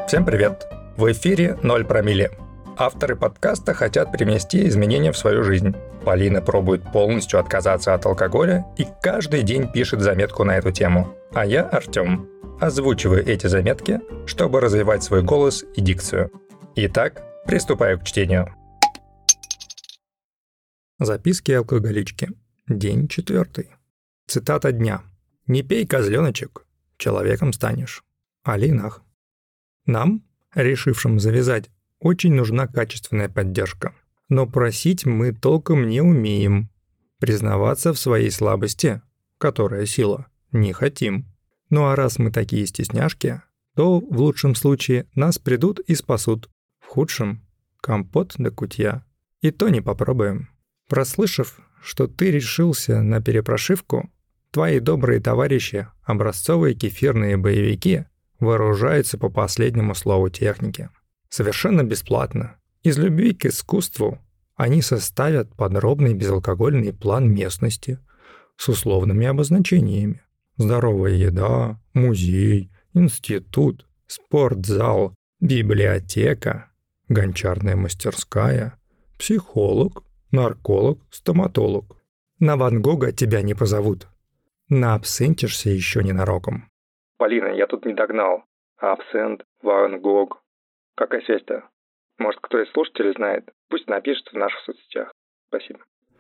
Всем привет! В эфире 0 промилле. Авторы подкаста хотят привнести изменения в свою жизнь. Полина пробует полностью отказаться от алкоголя и каждый день пишет заметку на эту тему. А я, Артём, озвучиваю эти заметки, чтобы развивать свой голос и дикцию. Итак, приступаю к чтению. Записки алкоголички. День 4. Цитата дня. «Не пей, козленочек, человеком станешь». Алинах. Нам, решившим завязать, очень нужна качественная поддержка. Но просить мы толком не умеем. Признаваться в своей слабости, которая сила, не хотим. Ну а раз мы такие стесняшки, то в лучшем случае нас придут и спасут. В худшем – компот да кутья. И то не попробуем. Прослышав, что ты решился на перепрошивку, твои добрые товарищи, образцовые кефирные боевики, вооружаются по последнему слову техники. Совершенно бесплатно. Из любви к искусству они составят подробный безалкогольный план местности с условными обозначениями. Здоровая еда, музей, институт, спортзал, библиотека, гончарная мастерская, психолог, нарколог, стоматолог. На Ван Гога тебя не позовут. Наабсентишься еще ненароком. Полина, я тут не догнал. Абсент, Ван Гог. Какая связь-то? Может, кто из слушателей знает? Пусть напишет в наших соцсетях. Спасибо.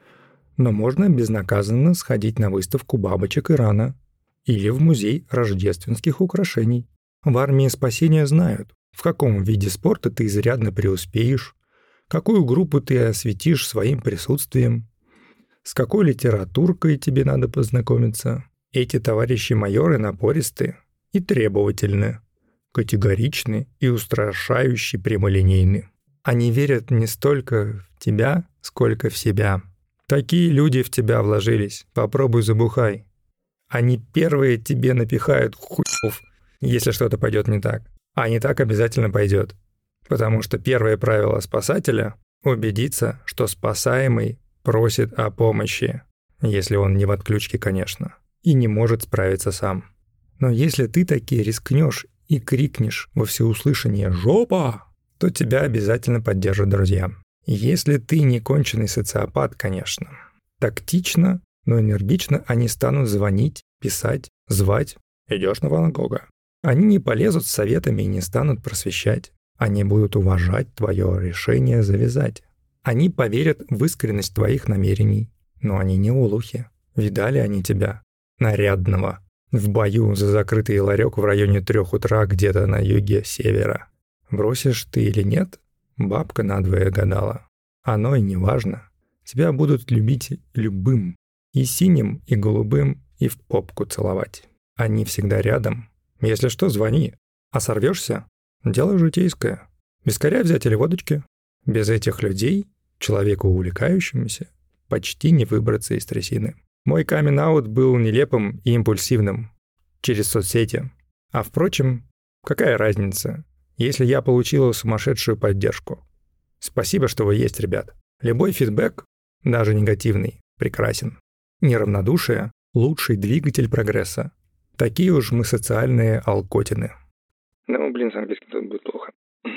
Но можно безнаказанно сходить на выставку бабочек Ирана или в музей рождественских украшений. В армии спасения знают, в каком виде спорта ты изрядно преуспеешь, какую группу ты осветишь своим присутствием, с какой литературкой тебе надо познакомиться. Эти товарищи майоры напористы и требовательны, категоричны и устрашающе прямолинейны. Они верят не столько в тебя, сколько в себя. Такие люди в тебя вложились, попробуй забухай. Они первые тебе напихают хуев, если что-то пойдет не так. А не так обязательно пойдет. Потому что первое правило спасателя – убедиться, что спасаемый просит о помощи, если он не в отключке, конечно, и не может справиться сам. Но если ты таки рискнешь и крикнешь во всеуслышание «Жопа!», то тебя обязательно поддержат друзья. Если ты не конченый социопат, конечно. Тактично, но энергично они станут звонить, писать, звать. Идешь на Ван Гога. Они не полезут с советами и не станут просвещать. Они будут уважать твое решение завязать. Они поверят в искренность твоих намерений. Но они не олухи. Видали они тебя, нарядного, в бою за закрытый ларек в районе 3 утра где-то на юге севера. Бросишь ты или нет, бабка надвое гадала. Оно и не важно. Тебя будут любить любым. И синим, и голубым, и в попку целовать. Они всегда рядом. Если что, звони. А сорвешься? Дело житейское. Вискаря взять или водочки? Без этих людей, человеку увлекающемуся, почти не выбраться из трясины. Мой камин-аут был нелепым и импульсивным. Через соцсети. А впрочем, какая разница, если я получила сумасшедшую поддержку? Спасибо, что вы есть, ребят. Любой фидбэк, даже негативный, прекрасен. Неравнодушие – лучший двигатель прогресса. Такие уж мы социальные алкотины. Ну, с английским тут будет плохо.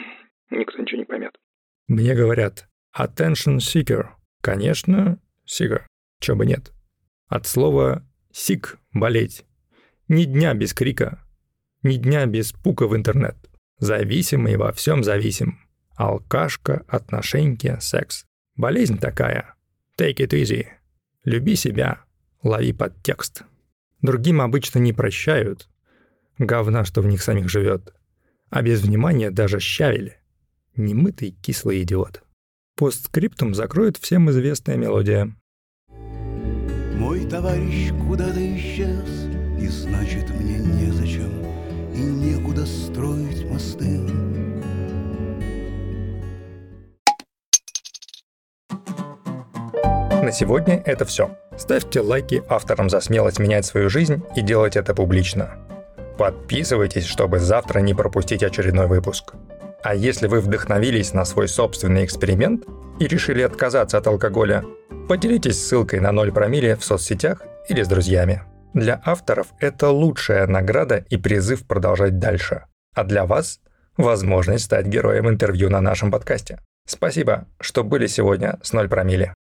Никто ничего не поймет. Мне говорят «attention seeker». Конечно, seeker. Чё бы нет. От слова «sick» – болеть. Ни дня без крика, ни дня без пука в интернет. Зависимый во всем зависим. Алкашка, отношеньки, секс. Болезнь такая. Take it easy. Люби себя, лови подтекст. Другим обычно не прощают. Говна, что в них самих живет. А без внимания даже щавели. Немытый кислый идиот. Постскриптум закроет всем известная мелодия. Мой товарищ куда-то исчез, и значит мне незачем и некуда строить мосты. На сегодня это все. Ставьте лайки авторам за смелость менять свою жизнь и делать это публично. Подписывайтесь, чтобы завтра не пропустить очередной выпуск. А если вы вдохновились на свой собственный эксперимент и решили отказаться от алкоголя, поделитесь ссылкой на 0 промилле в соцсетях или с друзьями. Для авторов это лучшая награда и призыв продолжать дальше. А для вас возможность стать героем интервью на нашем подкасте. Спасибо, что были сегодня с 0 промилле.